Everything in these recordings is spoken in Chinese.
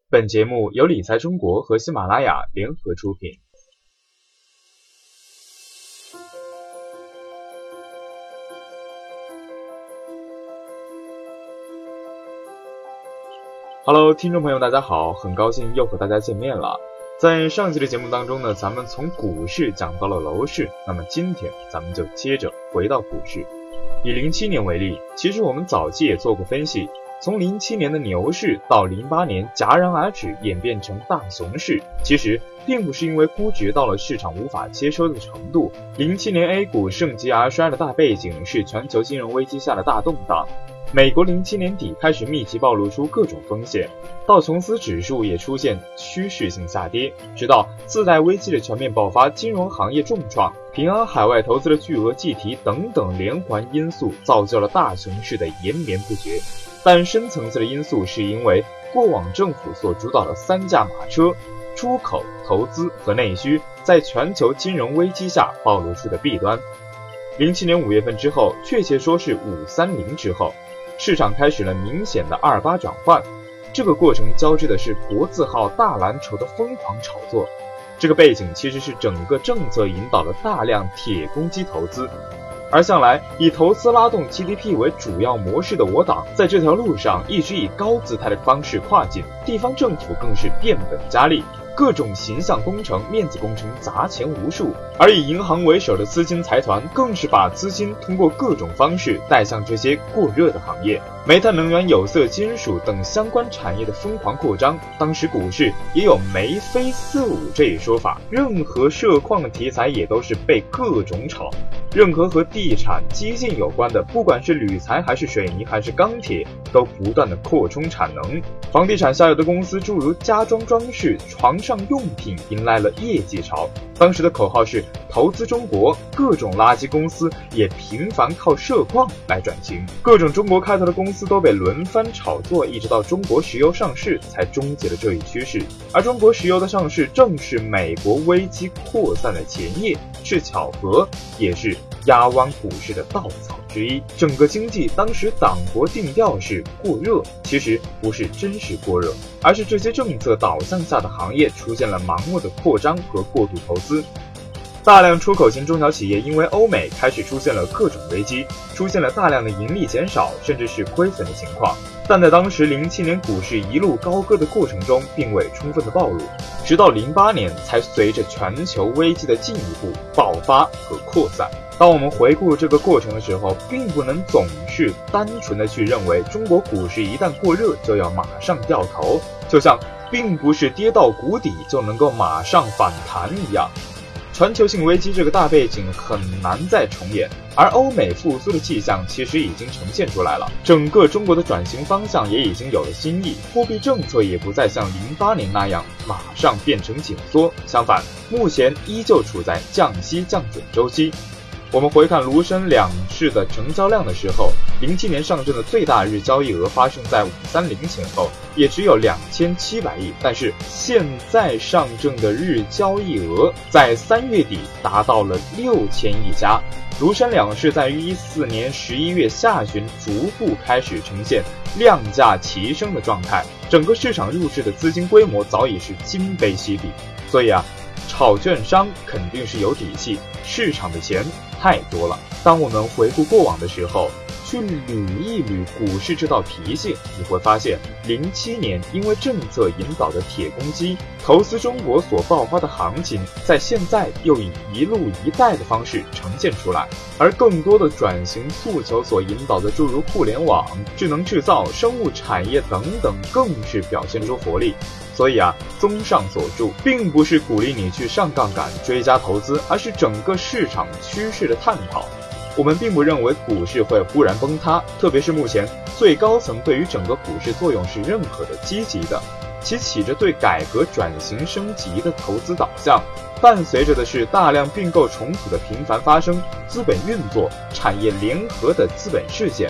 本节目由理财中国和喜马拉雅联合出品。Hello， 听众朋友大家好，很高兴又和大家见面了。在上期的节目当中呢，咱们从股市讲到了楼市，那么今天咱们就接着回到股市。以07年为例，其实我们早期也做过分析，从07年的牛市到08年戛然而止演变成大熊市，其实并不是因为估值到了市场无法接收的程度。07年 A 股盛极而衰的大背景是全球金融危机下的大动荡。美国07年底开始密集暴露出各种风险，道琼斯指数也出现趋势性下跌，直到次贷危机的全面爆发，金融行业重创，平安海外投资的巨额计提等等连环因素，造就了大熊市的延绵不绝。但深层次的因素是因为过往政府所主导的三驾马车，出口、投资和内需，在全球金融危机下暴露出的弊端。07年5月份之后，确切说是530之后，市场开始了明显的28转换，这个过程交织的是国字号大蓝筹的疯狂炒作。这个背景其实是整个政策引导了大量铁公鸡投资，而向来以投资拉动 GDP 为主要模式的我党，在这条路上一直以高姿态的方式跨进，地方政府更是变本加厉，各种形象工程、面子工程砸钱无数，而以银行为首的资金财团更是把资金通过各种方式带向这些过热的行业，煤炭能源、有色金属等相关产业的疯狂扩张。当时股市也有眉飞色舞这一说法，任何涉矿的题材也都是被各种炒，任何和地产基建有关的，不管是铝材还是水泥还是钢铁，都不断的扩充产能。房地产下游的公司诸如家装装饰、床上用品迎来了业绩潮，当时的口号是投资中国，各种垃圾公司也频繁靠涉矿来转型，各种中国开头的公司都被轮番炒作，一直到中国石油上市才终结了这一趋势。而中国石油的上市正是美国危机扩散的前夜，是巧合，也是压弯股市的稻草之一。整个经济当时党国定调是过热，其实不是真实过热，而是这些政策导向下的行业出现了盲目的扩张和过度投资。大量出口型中小企业因为欧美开始出现了各种危机，出现了大量的盈利减少甚至是亏损的情况，但在当时07年股市一路高歌的过程中并未充分的暴露，直到08年才随着全球危机的进一步爆发和扩散。当我们回顾这个过程的时候，并不能总是单纯的去认为中国股市一旦过热就要马上掉头，就像并不是跌到谷底就能够马上反弹一样。全球性危机这个大背景很难再重演，而欧美复苏的迹象其实已经呈现出来了，整个中国的转型方向也已经有了新意，货币政策也不再像08年那样马上变成紧缩，相反，目前依旧处在降息降准周期。我们回看沪深两市的成交量的时候，07年上证的最大日交易额发生在530前后，也只有2700亿，但是现在上证的日交易额在3月底达到了6000亿家。沪深两市在于14年11月下旬逐步开始呈现量价齐升的状态，整个市场入市的资金规模早已是今非昔比，所以炒券商肯定是有底气，市场的钱太多了。当我们回顾过往的时候，去捋一捋股市这道脾性，你会发现07年因为政策引导的铁公鸡投资中国所爆发的行情，在现在又以一路一带的方式呈现出来，而更多的转型诉求所引导的诸如互联网、智能制造、生物产业等等，更是表现出活力。所以综上所述，并不是鼓励你去上杠杆追加投资，而是整个市场趋势的探讨。我们并不认为股市会忽然崩塌，特别是目前最高层对于整个股市作用是认可的、积极的，其起着对改革转型升级的投资导向，伴随着的是大量并购重组的频繁发生，资本运作、产业联合的资本事件。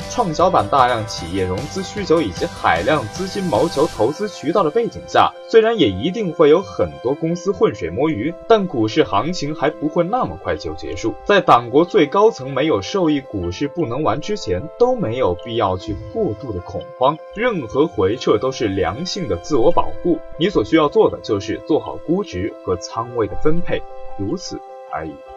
创小板大量企业融资需求以及海量资金谋求投资渠道的背景下，虽然也一定会有很多公司浑水摸鱼，但股市行情还不会那么快就结束。在党国最高层没有授意股市不能玩之前，都没有必要去过度的恐慌，任何回撤都是良性的自我保护。你所需要做的就是做好估值和仓位的分配，如此而已。